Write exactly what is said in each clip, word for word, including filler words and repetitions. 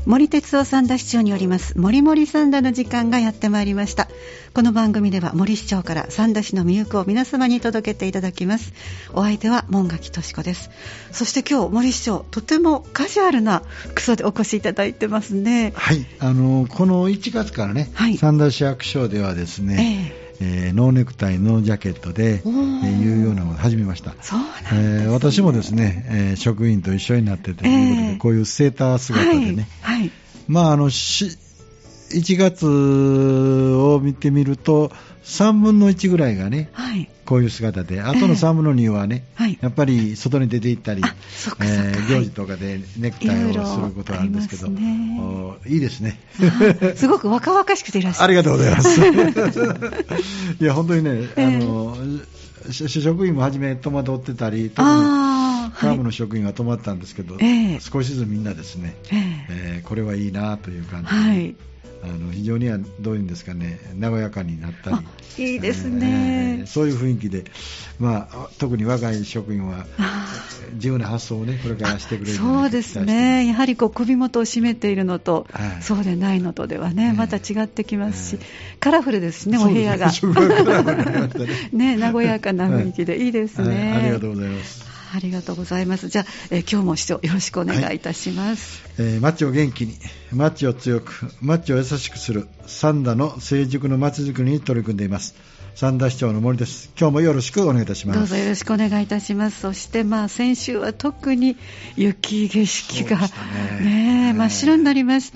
森哲夫三田市長によりますもりもり三田の時間がやってまいりました。この番組では森市長から三田市の魅力を皆様に届けていただきます。お相手は門垣敏子です。そして今日森市長とてもカジュアルな服装でお越しいただいてますね。 はい、あのこのいちがつからね、はい、三田市役所ではですね、えーえー、ノーネクタイノージャケットで、えー、いうようなのを始めました。 そうなんですね。 えー、私もですね、えー、職員と一緒になってということで、えー、こういうセーター姿でね、はいはい、まああのしいちがつを見てみるとさんぶんのいちぐらいがね、はい、こういう姿で、あとのさんぶんのにはね、えーはい、やっぱり外に出て行ったり、えー、行事とかでネクタイをすることがあるんですけど、ね、いいですね。 すごく若々しくていらっしゃる。 ありがとうございます。いや本当にね、えー、あの職員も初め戸惑ってたり、特にカームの職員が戸惑ったんですけど、はい、少しずつみんなですね、えーえー、これはいいなという感じで、はい、あの非常にはどういうんですかね、和やかになったり、 いいですね、 えー、そういう雰囲気で、まあ、特に若い職員は自由な発想をねこれからしてくれるようにそうですね。やはりこう首元を締めているのと、はい、そうでないのとではね、また違ってきますし、えー、カラフルですね、お部屋がね、和やかな雰囲気でいいですね、 はいはい、ありがとうございます。 ありがとうございます。じゃあ、えー、今日も市長よろしくお願いいたします。 はい、えー、町を元気に、町を強く、町を優しくする三田の成熟の町づくりに取り組んでいます。三田市長の森です。今日もよろしくお願いいたします。 どうぞよろしくお願いいたします。そしてまあ先週は特に雪景色が、ね、ね、真っ白になりました。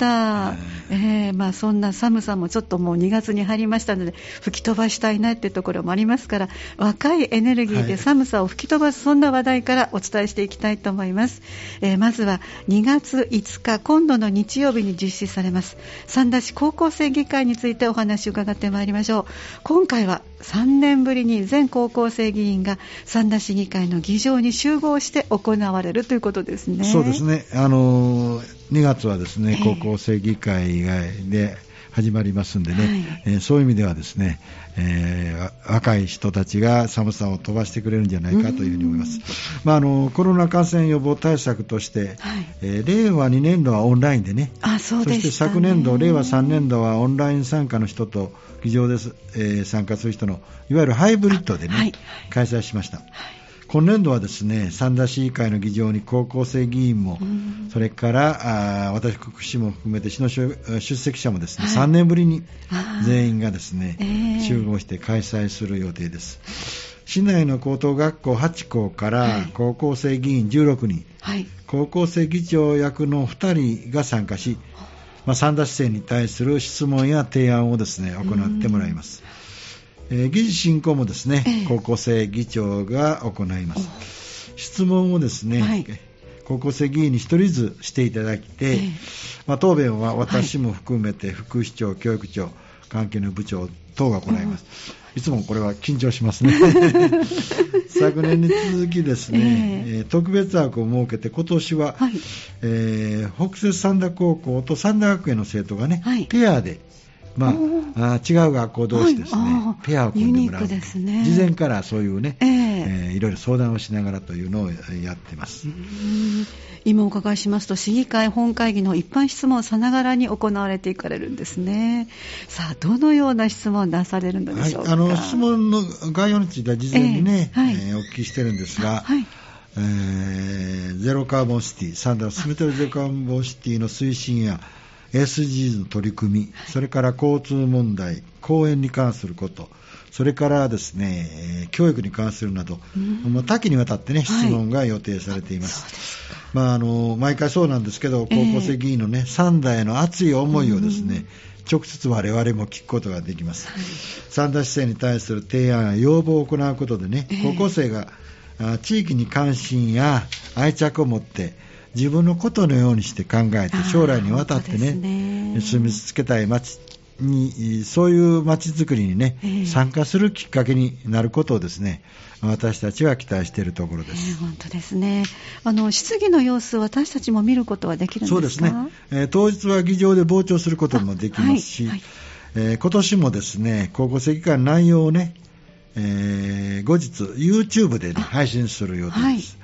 えーまあ、そんな寒さもちょっともうにがつに入りましたので吹き飛ばしたいなっていうところもありますから、若いエネルギーで寒さを吹き飛ばす、そんな話題からお伝えしていきたいと思います。えー、まずはにがついつか今度の日曜日に実施されます三田市高校生議会についてお話を伺ってまいりましょう。今回はさんねんぶりに全高校生議員が三田市議会の議場に集合して行われるということですね。 そうですね、あのにがつはですね、えー、高校生議会で始まりますんでね、はい、えー、そういう意味ではですね、えー、若い人たちが寒さを飛ばしてくれるんじゃないかというふうに思います。まあ、あのコロナ感染予防対策として、はい、えー、令和にねんどはオンラインでね、 あ、そうでしたね。 そして昨年度令和さんねんどはオンライン参加の人と議場で、えー、参加する人のいわゆるハイブリッドでね、はい、開催しました。はい、今年度はですね、三田市議会の議場に高校生議員も、それからあ私国市も含めて市の出席者もですね、はい、さんねんぶりに全員がですね、えー、集合して開催する予定です。市内の高等学校はちこうから高校生議員じゅうろくにん、はい、高校生議長役のふたりが参加し、まあ、三田市政に対する質問や提案をですね行ってもらいます。えー、議事進行もですね、えー、高校生議長が行います。質問をですね、はい、高校生議員に一人ずつしていただいて、えーまあ、答弁は私も含めて副市長、はい、教育長、関係の部長等が行います。いつもこれは緊張しますね。昨年に続きですね、えー、特別枠を設けて今年は、はい、えー、北摂三田高校と三田学園の生徒がね、はい、ペアでまあ、あ違う学校同士ですね、はい、ペアを組んでもらう、ですね、事前からそういうね、えーえー、いろいろ相談をしながらというのをやってます。 うーん、今お伺いしますと市議会本会議の一般質問さながらに行われていかれるんですね。さあどのような質問を出されるのでしょうか。 はい、あの質問の概要については事前にね、えーはい、えー、お聞きしてるんですが、はい、えー、ゼロカーボンシティ、三田を進めているゼロカーボンシティの推進やエスディージーズ の取り組み、それから交通問題、公園に関すること、それからですね、教育に関するなど、まあ、多岐にわたってね、質問が予定されています。はい、まあ、あの毎回そうなんですけど、高校生議員のね、三田への熱い思いをですね、直接我々も聞くことができます。はい、三田市政に対する提案や要望を行うことでね、高校生が地域に関心や愛着を持って自分のことのようにして考えて将来にわたってね、ね、住み続けたい町に、そういう町づくりにね、えー、参加するきっかけになることをですね、私たちは期待しているところです。 えー、本当ですね。あの質疑の様子を私たちも見ることはできるんですか。 そうですね、えー、当日は議場で傍聴することもできますし、はいはい、えー、今年もですね、高校生議会の内容をね、えー、後日 YouTube で、ね、配信する予定です。はい、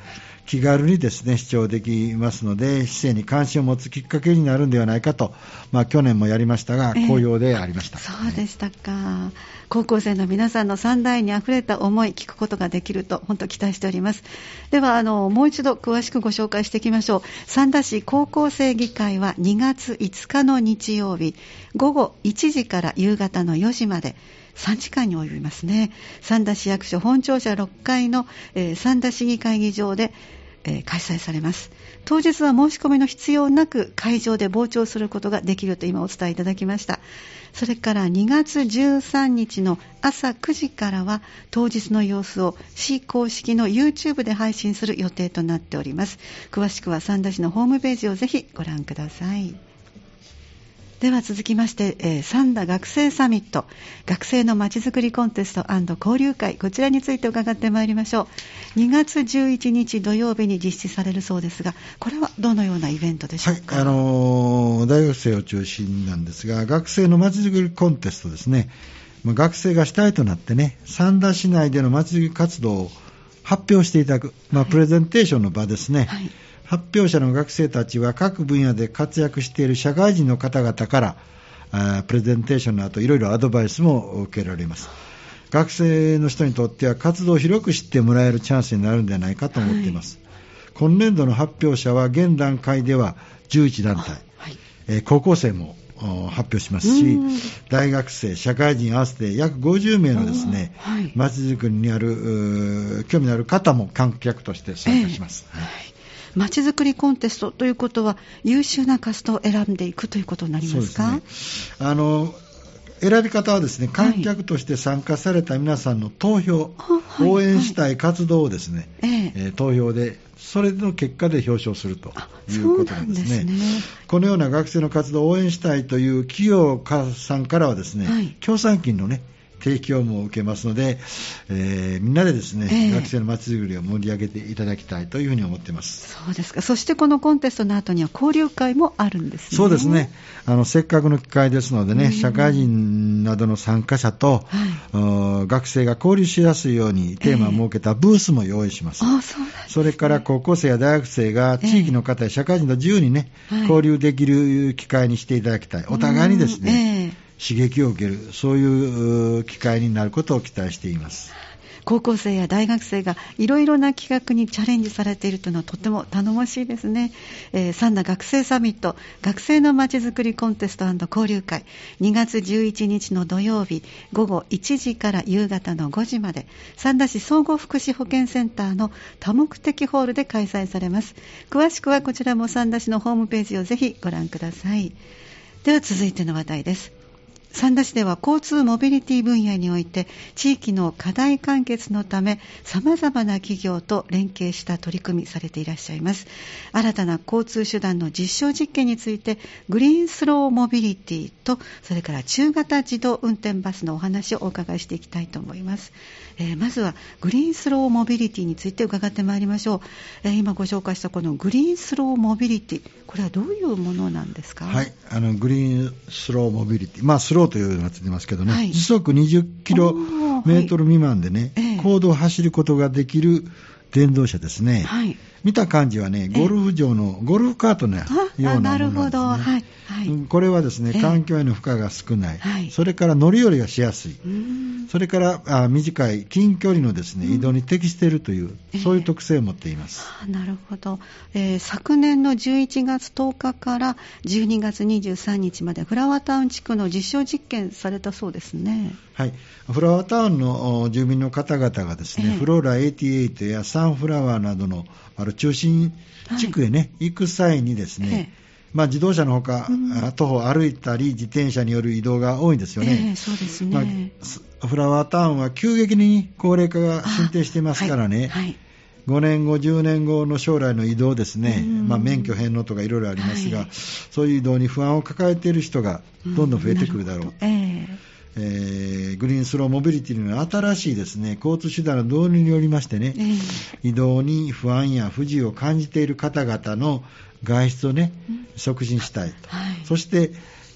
気軽にですね、視聴できますので、市政に関心を持つきっかけになるんではないかと、まあ、去年もやりましたが、好評でありました。 えー、そうでしたか。高校生の皆さんの三大にあふれた思い、聞くことができると本当期待しております。では、あのもう一度詳しくご紹介していきましょう。三田市高校生議会はにがついつかの日曜日、午後いちじから夕方のよじまで、さんじかんに及びますね。三田市役所本庁舎ろっかいの、えー、三田市議会議場で、えー、開催されます。当日は申し込みの必要なく会場で傍聴することができると今お伝えいただきました。それからにがつじゅうさんにちの朝くじからは当日の様子を市公式の YouTube で配信する予定となっております。詳しくは三田市のホームページをぜひご覧ください。では続きまして、えー、三田学生サミット、学生のまちづくりコンテスト&交流会、こちらについて伺ってまいりましょう。にがつじゅういちにち土曜日に実施されるそうですが、これはどのようなイベントでしょうか。 はい、あのー、大学生を中心なんですが、学生のまちづくりコンテストですね。まあ、学生が主体となってね、三田市内でのまちづくり活動を発表していただく、まあ、プレゼンテーションの場ですね。はい、発表者の学生たちは各分野で活躍している社会人の方々からあプレゼンテーションの後いろいろアドバイスも受けられます。学生の人にとっては活動を広く知ってもらえるチャンスになるんじゃないかと思っています。はい、今年度の発表者は現段階ではじゅういちだんたい、はい、えー、高校生も発表しますし、大学生、社会人合わせて約ごじゅうめいのですね、まちづくりにある興味のある方も観客として参加します。えーはいまちづくりコンテストということは優秀なキャストを選んでいくということになりますか。 そうですね、あの選び方はですね、観客として参加された皆さんの投票、はい、応援したい活動をですね、はいはいえー、投票でそれの結果で表彰するということなんですね。そうなんですね。このような学生の活動を応援したいという企業さんからはですね、はい、協賛金のね提供も受けますので、えー、みんなでですね、えー、学生のまちづくりを盛り上げていただきたいというふうに思っています。 そうですか。そしてこのコンテストの後には交流会もあるんですね。 そうですね。あのせっかくの機会ですのでね、社会人などの参加者と、はい、学生が交流しやすいようにテーマを設けたブースも用意します。えー、あ、そうなんですね。それから高校生や大学生が地域の方や社会人と自由にね、えー、交流できる機会にしていただきたい。お互いにですね、えー刺激を受ける、そういう機会になることを期待しています。 高校生や大学生がいろいろな企画にチャレンジされているというのはとても頼もしいですね。えー、三田学生サミット、学生のまちづくりコンテスト&交流会、にがつじゅういちにちの土曜日午後いちじから夕方のごじまで、三田市総合福祉保健センターの多目的ホールで開催されます。詳しくはこちらも三田市のホームページをぜひご覧ください。では続いての話題です。三田市では交通モビリティ分野において地域の課題解決のため様々な企業と連携した取り組みされていらっしゃいます。新たな交通手段の実証実験についてグリーンスローモビリティとそれから中型自動運転バスのお話をお伺いしていきたいと思います。えー、まずはグリーンスローモビリティについて伺ってまいりましょう。えー、今ご紹介したこのグリーンスローモビリティ、これはどういうものなんですか。 はい、あのグリーンスローモビリティ、まあスローというのがついてますけどね、はい、時速にじゅっキロメートル未満でね、はい、公道を走ることができる電動車ですね。はい、見た感じはね、ゴルフ場の、えー、ゴルフカートのようなものなんですね。なるほど、はいはい、これはですね、環境への負荷が少ない、えー、それから乗り降りがしやすい、それからあ短い近距離のですね、移動に適しているという、うん、そういう特性を持っています。 えー、なるほど。えー、昨年のじゅういちがつとおかからじゅうにがつにじゅうさんにちまでフラワータウン地区の実証実験されたそうですね。 はい、フラワータウンの住民の方々がですね、えー、フローラはちじゅうはちやサンフラワーなどのある中心地区へね、はい、行く際にですね、えーまあ、自動車のほか、うん、徒歩歩いたり自転車による移動が多いんですよね。 えー、そうですね。 まあ、フラワータウンは急激に高齢化が進展していますからね、はいはい、ごねんごじゅうねんごの将来の移動ですね、まあ、免許返納とかいろいろありますが、はい、そういう移動に不安を抱えている人がどんどん増えてくるだろう、うん、えーえー、グリーンスローモビリティの新しいですね、交通手段の導入によりましてね、えー、移動に不安や不自由を感じている方々の外出をね、うん、促進したいと、はい、そして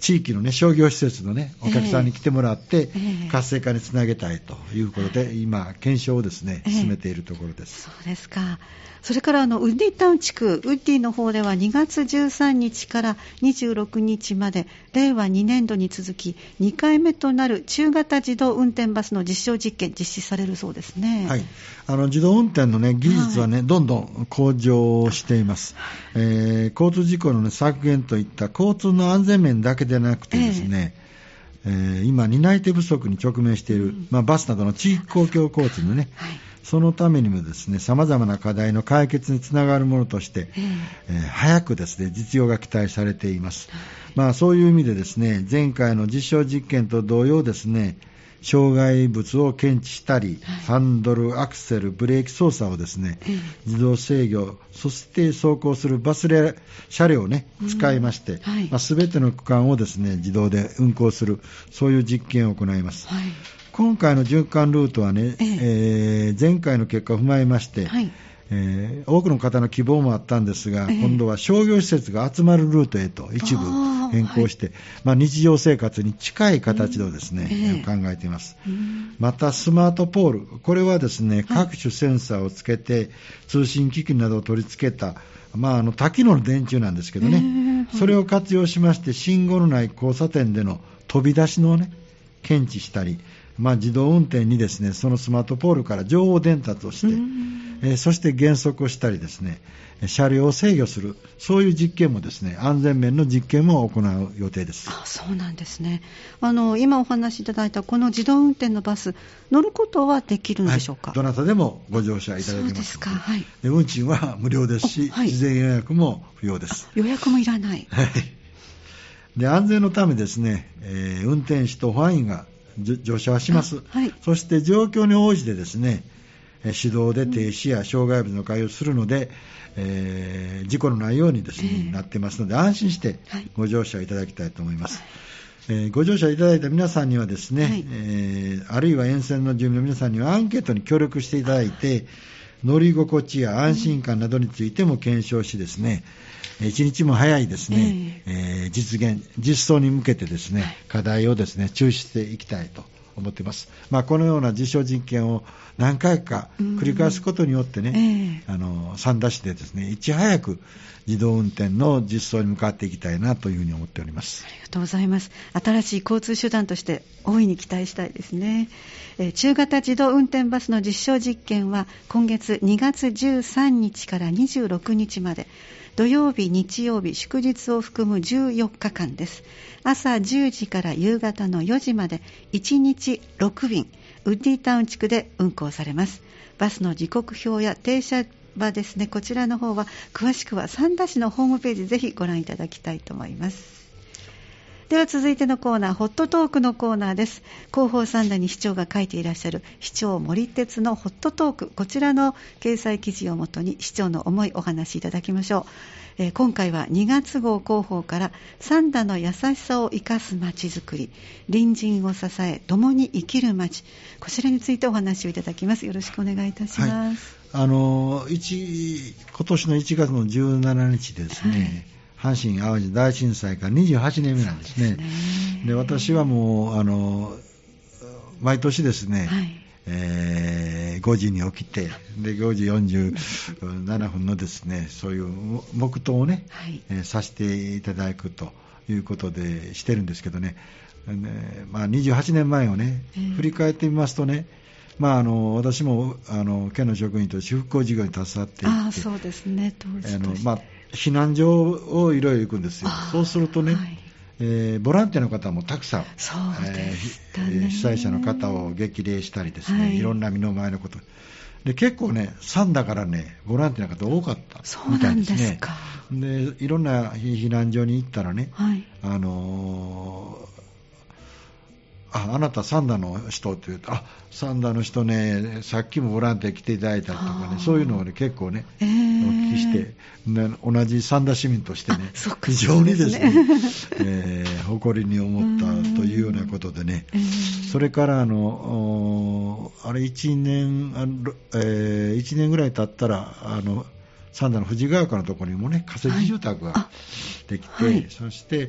地域の、ね、商業施設の、ね、お客さんに来てもらって、えー、活性化につなげたいということで、はい、今、検証をですね、進めているところです。 そうですか。それからあのウッディタウン地区、ウッディの方ではにがつじゅうさんにちからにじゅうろくにちまで、れいわにねんどに続きにかいめとなる中型自動運転バスの実証実験実施されるそうですね。 はい、あの自動運転の、ね、技術は、ね、はい、どんどん向上しています。えー、交通事故の、ね、削減といった交通の安全面だけでなくてですね、えーえー、今担い手不足に直面している、うんまあ、バスなどの地域公共交通のね、はい、そのためにもですね、様々な課題の解決につながるものとして、えーえー、早くですね、実用が期待されています。まあ、そういう意味でですね、前回の実証実験と同様ですね、障害物を検知したり、はい、ハンドル、アクセル、ブレーキ操作をですね、えー、自動制御、そして走行するバスレ車両をね、使いまして、はいまあ、全ての区間をですね、自動で運行する、そういう実験を行います。はい、今回の循環ルートはね、えーえー、前回の結果を踏まえまして、はいえー、多くの方の希望もあったんですが、えー、今度は商業施設が集まるルートへと一部変更して、はいまあ、日常生活に近い形でですね、えー、考えています。またスマートポール、これはですね、各種センサーをつけて通信機器などを取り付けた、まあ、あの多機能の電柱なんですけどね、えー、それを活用しまして信号のない交差点での飛び出しのね検知したり、まあ、自動運転にですね、そのスマートポールから情報伝達をして、えー、そして減速をしたりですね、車両を制御する、そういう実験もですね、安全面の実験も行う予定です。 あ、そうなんですね。あの今お話しいただいたこの自動運転のバス、乗ることはできるんでしょうか。 はい、どなたでもご乗車いただけます。そうですか。はい、で運賃は無料ですし、はい、事前予約も不要です。 予約もいらない。 はい。で安全のためですね、えー、運転手と保安員が乗車はします。はい、そして状況に応じてですね、手動で停止や障害物の解をするので、えー、事故のないようにですね、えー、なってますので、安心してご乗車いただきたいと思います。はいえー、ご乗車いただいた皆さんにはですね、はいえー、あるいは沿線の住民の皆さんにはアンケートに協力していただいて、乗り心地や安心感などについても検証しですね、一日も早いですね、えーえー、実現、実装に向けてですね、はい、課題をですね、注視していきたいと思っています。まあ、このような実証実験を何回か繰り返すことによってね、えー、あの三田市でですね、いち早く自動運転の実装に向かっていきたいなというふうに思っております。 ありがとうございます。新しい交通手段として大いに期待したいですね。えー、中型自動運転バスの実証実験は今月にがつじゅうさんにちからにじゅうろくにちまで、土曜日、日曜日、祝日を含むじゅうよっかかんです。朝じゅうじから夕方のよじまでいちにちろくびん、ウッディタウン地区で運行されます。バスの時刻表や停車場ですね、こちらの方は詳しくは三田市のホームページぜひご覧いただきたいと思います。では続いてのコーナー、ホットトークのコーナーです。広報三田に市長が書いていらっしゃる市長森鉄のホットトーク、こちらの掲載記事をもとに市長の思いお話しいただきましょう。えー、今回はにがつ号広報から三田の優しさを生かすまちづくり、隣人を支え共に生きるまち、こちらについてお話をいただきます。よろしくお願いいたします。 はい、あの一今年のいちがつのじゅうしちにちですね、はい、阪神・淡路大震災からにじゅうはちねんめなんですね。で、で私はもうあの毎年ですね、はいえー、ごじに起きて、でごじよんじゅうななふんのですね、そういう黙祷をね、はいえー、させていただくということでしてるんですけどね、ねまあ、にじゅうはちねんまえをね、振り返ってみますとね、まあ、あの私もあの県の職員として復興事業に携わっていて、 あそうですね、当時としてあの、まあ、避難所をいろいろ行くんですよ。そうするとね、はいえー、ボランティアの方もたくさん、 そうでしたね、 えー、被災者の方を激励したりですね、はい、いろんな身の回りのことで結構ね、三田からねボランティアの方多かったみたいですね。そうなんですか。でいろんな避難所に行ったらね、はい、あのーあ, あなた三田の人って言うと、あ、三田の人ね、さっきもボランティア来ていただいたりとかね、そういうのを、ね、結構ね、えー、お聞きして、ね、同じ三田市民としてね、非常にですね、えー、誇りに思ったというようなことでね、それからあのあれいちねん、あの、えー、いちねんぐらい経ったら、あの三田の藤ヶ丘のところにもね、仮設住宅ができて、はいはい、そして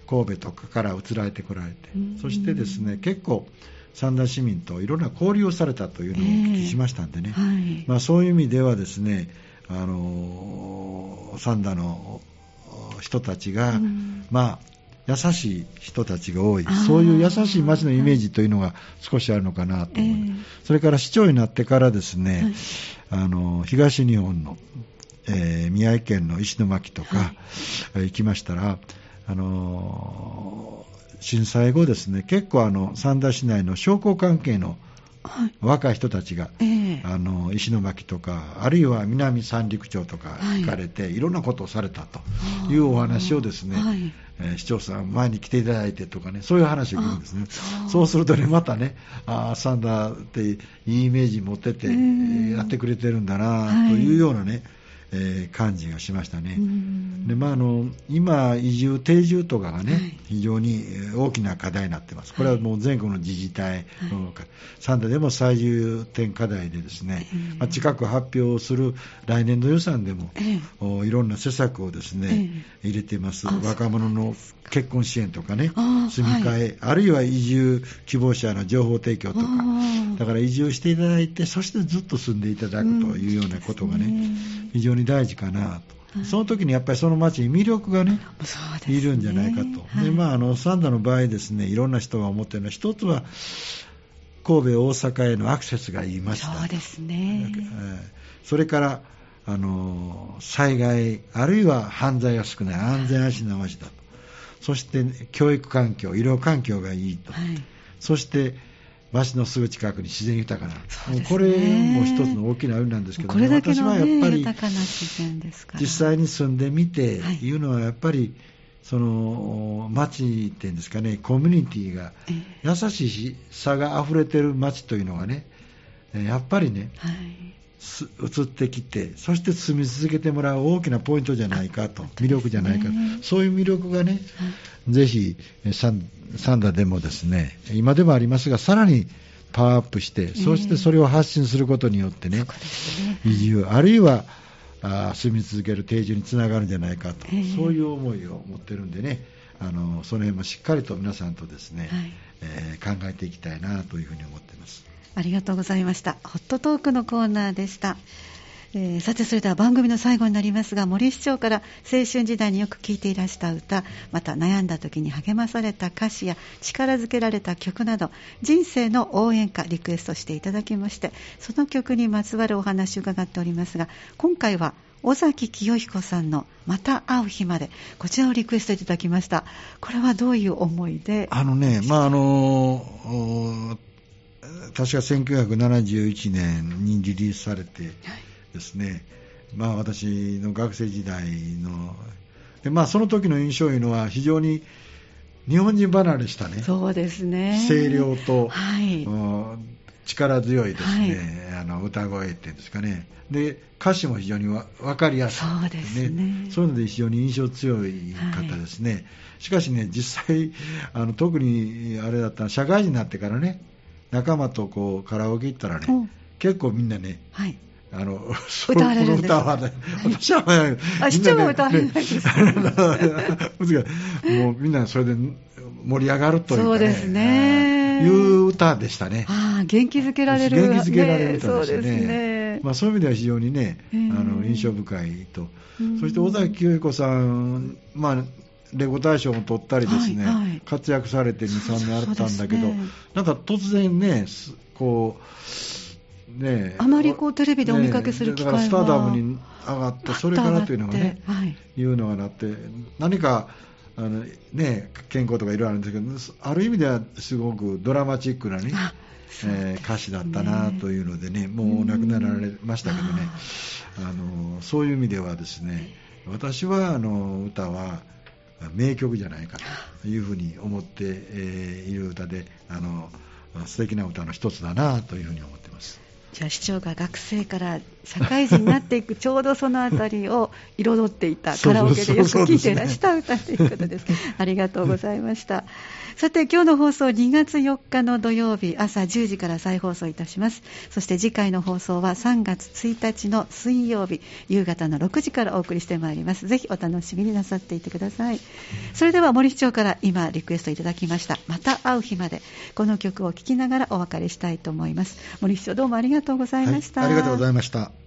神戸とかから移られてこられて、そしてですね結構三田市民といろんな交流をされたというのをお聞きしましたんでね、 えーはいまあ、そういう意味ではですね、あの三田の人たちが、まあ、優しい人たちが多い、そういう優しい町のイメージというのが少しあるのかなと思います、えー、それから市長になってからですね、はい、あの東日本の、えー、宮城県の石巻とか、はい、行きましたら、あの震災後ですね、結構あの三田市内の商工関係の若い人たちが、はいえー、あの石巻とかあるいは南三陸町とか行かれて、はい、いろんなことをされたというお話をですね、はいえー、市長さん前に来ていただいてとかね、そういう話を聞くんですね。そう、そうするとね、またね、あ三田っていいイメージ持ってて、えー、やってくれてるんだなというようなね、はいえー、感じがしましたね。で、まあ、あの今移住定住とかがね、はい、非常に大きな課題になっています。これはもう全国の自治体の、はい、三田でも最重点課題でですね、えーまあ、近く発表する来年度予算でも、えー、いろんな施策をですね、えー、入れています。若者の結婚支援とかね、住み替え、はい、あるいは移住希望者の情報提供とか、だから移住していただいて、そしてずっと住んでいただくというようなことがね、うん、非常に大事かなと、はい、その時にやっぱりその町に魅力がね、そうですね、いるんじゃないかと、はい、でまあ、あの三田の場合ですね、いろんな人が思っているのは、一つは神戸大阪へのアクセスがいい町だと、そうですね、それからあの災害あるいは犯罪が少ない安全安心な町だと、そして教育環境、医療環境がいいと、はい、そして町のすぐ近くに自然豊かな、ね、これも一つの大きな売りなんですけど、ね、 これだけの、ね、 私はやっぱり豊かな自然ですから、 実際に住んでみていうのはやっぱり、その町っていうんですかね、コミュニティが優しさがあふれてる町というのがね、やっぱりね、はい、移ってきて、そして住み続けてもらう大きなポイントじゃないかと、魅力じゃないかと、そういう魅力がね、はい、ぜひ三田でもですね、今でもありますが、さらにパワーアップして、そしてそれを発信することによってね、移住あるいはあ住み続ける定住につながるんじゃないかと、そういう思いを持ってるんでね、あのその辺もしっかりと皆さんとですね、はい、えー、考えていきたいなというふうに思っています。 ありがとうございました。ホットトークのコーナーでした。えー、さてそれでは番組の最後になりますが、森市長から青春時代によく聴いていらした歌、また悩んだ時に励まされた歌詞や力づけられた曲など、人生の応援歌リクエストしていただきまして、その曲にまつわるお話を伺っておりますが、今回は尾崎清彦さんのまた会う日まで、こちらをリクエストいただきました。これはどういう思いで？ あのね、まああの確かせんきゅうひゃくななじゅういちねんにリリースされてですね、はい、まあ、私の学生時代ので、まあ、その時の印象というのは非常に日本人離れしたね、 そうですね、 声量と、 はい、 力強いですね、はい、あの歌声っていうんですかね、で歌詞も非常にわ分かりやすい、 そうですね、 そういうので非常に印象強い方ですね、はい、しかしね、実際あの特にあれだったのは社会人になってからね、仲間とこうカラオケ行ったらね、結構みんなね、はい、あの歌われるんですか？ 歌はね、私はあ、市長が歌われないですか？ もうみんなそれで盛り上がるというか、ね、 そうですね、 いう歌でしたね。 あ、元気づけられる、 元気づけられる歌でしたね。 そうですね、 まあ、そういう意味では非常にね、あの印象深いと。そして尾崎清彦さん、まあレコ大賞も取ったりですね、はいはい、活躍されてに、さんねんあったんだけど、ね、なんか突然ね、こうね、 あまりこうテレビでお見かけする機会は、 ね、だからスターダムに上がって、それからというのがね、はい、いうのがなって、何かあの、ね、健康とかいろいろあるんですけど、ある意味ではすごくドラマチックなね、えー、歌詞だったなというのでね、もう亡くなられましたけどね、あのそういう意味ではですね、私はあの歌は名曲じゃないかというふうに思って、えー、いる歌で、あの素敵な歌の一つだなというふうに思っています。 じゃあ市長が学生から社会人になっていくちょうどそのあたりを彩っていたカラオケでよく聴いていらした歌ということです。ありがとうございました。 さて今日の放送にがつよっかの土曜日朝じゅうじから再放送いたします。そして次回の放送はさんがつついたちの水曜日夕方のろくじからお送りしてまいります。ぜひお楽しみになさっていてください。それでは森市長から今リクエストいただきましたまた会う日まで、この曲を聴きながらお別れしたいと思います。森市長どうもありがとうございました。 はい、ありがとうございました。